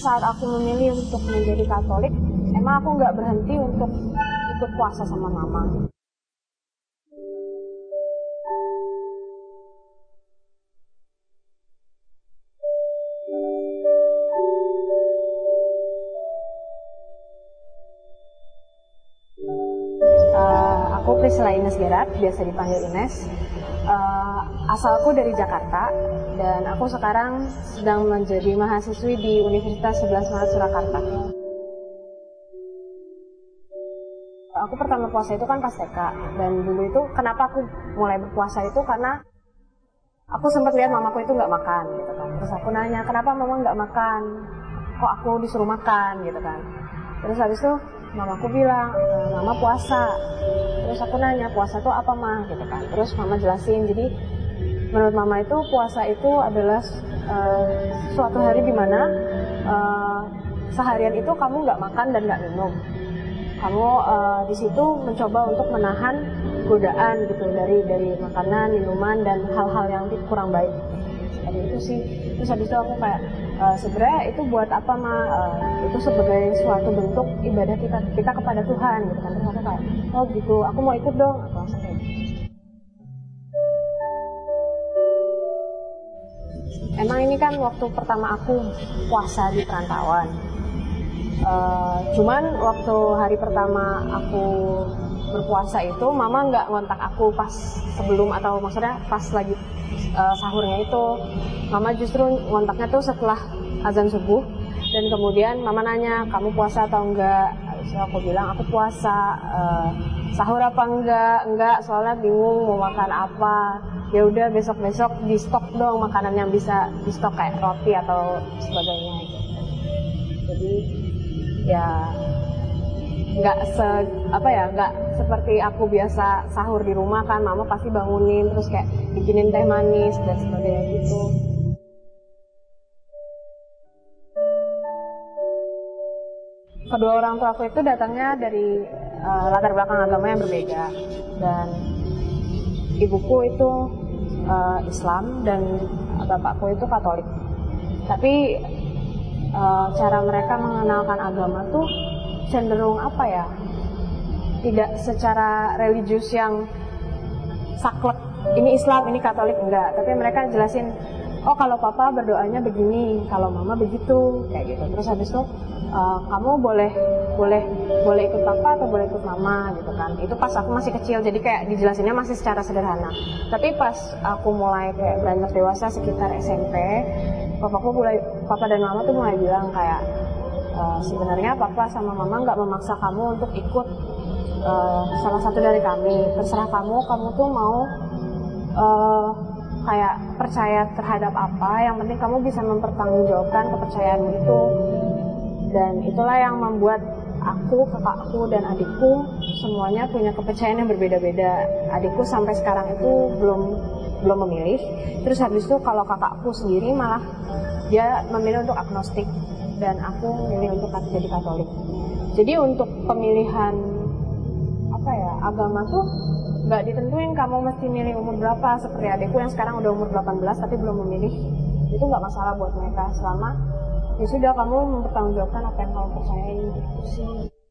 Saat aku memilih untuk menjadi Katolik, emang aku nggak berhenti untuk ikut puasa sama mama. Aku Priscilla Ines Gerat, biasa dipanggil Ines. Asalku dari Jakarta dan aku sekarang sedang menjadi mahasiswi di Universitas 11 Maret Surakarta. Aku pertama puasa itu kan pas TK, dan dulu itu kenapa aku mulai berpuasa itu karena aku sempat lihat mamaku itu nggak makan gitu kan. Terus aku nanya, kenapa mama nggak makan? Kok aku disuruh makan gitu kan. Terus habis itu mamaku bilang, mama puasa. Terus aku nanya, puasa itu apa mah gitu kan. Terus mama jelasin, jadi menurut mama itu puasa itu adalah suatu hari di mana seharian itu kamu nggak makan dan nggak minum. Kamu di situ mencoba untuk menahan godaan gitu dari makanan, minuman dan hal-hal yang kurang baik. Jadi itu sih. Terus habis itu aku kayak sebenarnya itu buat apa mah? Itu sebagai suatu bentuk ibadah kita kepada Tuhan gitu kan. Terus aku kayak, oh gitu, aku mau ikut dong. Aku langsung kayak gitu. Emang ini kan waktu pertama aku puasa di perantauan. Cuman waktu hari pertama aku berpuasa itu mama nggak ngontak aku pas sebelum atau maksudnya pas lagi sahurnya itu. Mama justru ngontaknya tuh setelah azan subuh, dan kemudian mama nanya, kamu puasa atau enggak? So, aku bilang aku puasa. Sahur apa enggak, soalnya bingung mau makan apa. Ya udah besok di stok dong makanan yang bisa di stok kayak roti atau sebagainya gitu. Jadi ya nggak seperti aku biasa sahur di rumah kan, mama pasti bangunin terus kayak bikinin teh manis dan sebagainya gitu. Kedua orang tua aku itu datangnya dari latar belakang agama yang berbeda, dan ibuku itu Islam dan bapakku itu Katolik. Tapi cara mereka mengenalkan agama tuh cenderung apa ya, tidak secara religius yang saklek, ini Islam, ini Katolik, enggak. Tapi mereka jelasin, oh kalau papa berdoanya begini, kalau mama begitu, kayak gitu. Terus habis itu kamu boleh ikut papa atau boleh ikut mama gitu kan. Itu pas aku masih kecil, jadi kayak dijelasinnya masih secara sederhana. Tapi pas aku mulai kayak beranjak dewasa sekitar SMP, papa dan mama tuh mulai bilang kayak, sebenarnya papa sama mama nggak memaksa kamu untuk ikut salah satu dari kami. Terserah kamu tuh mau kayak percaya terhadap apa, yang penting kamu bisa mempertanggungjawabkan kepercayaanmu itu. Dan itulah yang membuat aku, kakakku, dan adikku semuanya punya kepercayaan yang berbeda-beda. Adikku sampai sekarang itu belum memilih. Terus habis itu kalau kakakku sendiri malah dia memilih untuk agnostik, dan aku memilih untuk jadi Katolik. Jadi untuk pemilihan agama tuh nggak ditentuin kamu mesti milih umur berapa. Seperti adikku yang sekarang udah umur 18 tapi belum memilih, itu nggak masalah buat mereka selama ya sudah kamu mempertanggungjawabkan apa yang kamu percayai gitu sih.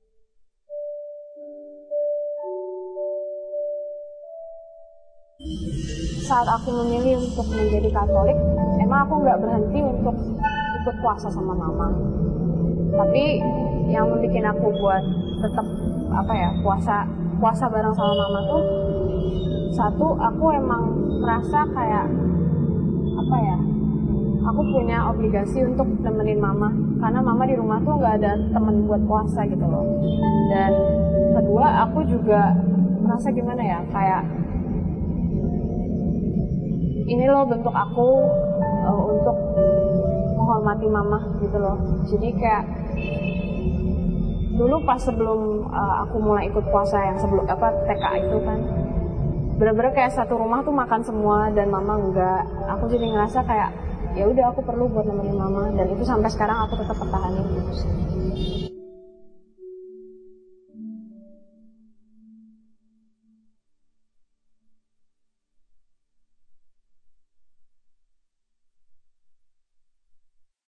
Saat aku memilih untuk menjadi Katolik, emang aku nggak berhenti untuk ikut puasa sama mama. Tapi yang bikin aku buat tetap puasa bareng sama mama tuh, satu, aku emang merasa kayak aku punya obligasi untuk nemenin mama, karena mama di rumah tuh nggak ada temen buat puasa gitu loh. Dan kedua, aku juga merasa gimana ya, kayak ini loh bentuk aku untuk menghormati mama gitu loh. Jadi kayak dulu pas sebelum aku mulai ikut puasa yang sebelum TK itu kan, bener-bener kayak satu rumah tuh makan semua dan mama enggak. Aku jadi ngerasa kayak ya udah aku perlu buat nemenin mama, dan itu sampai sekarang aku tetap pertahanin gitu sih.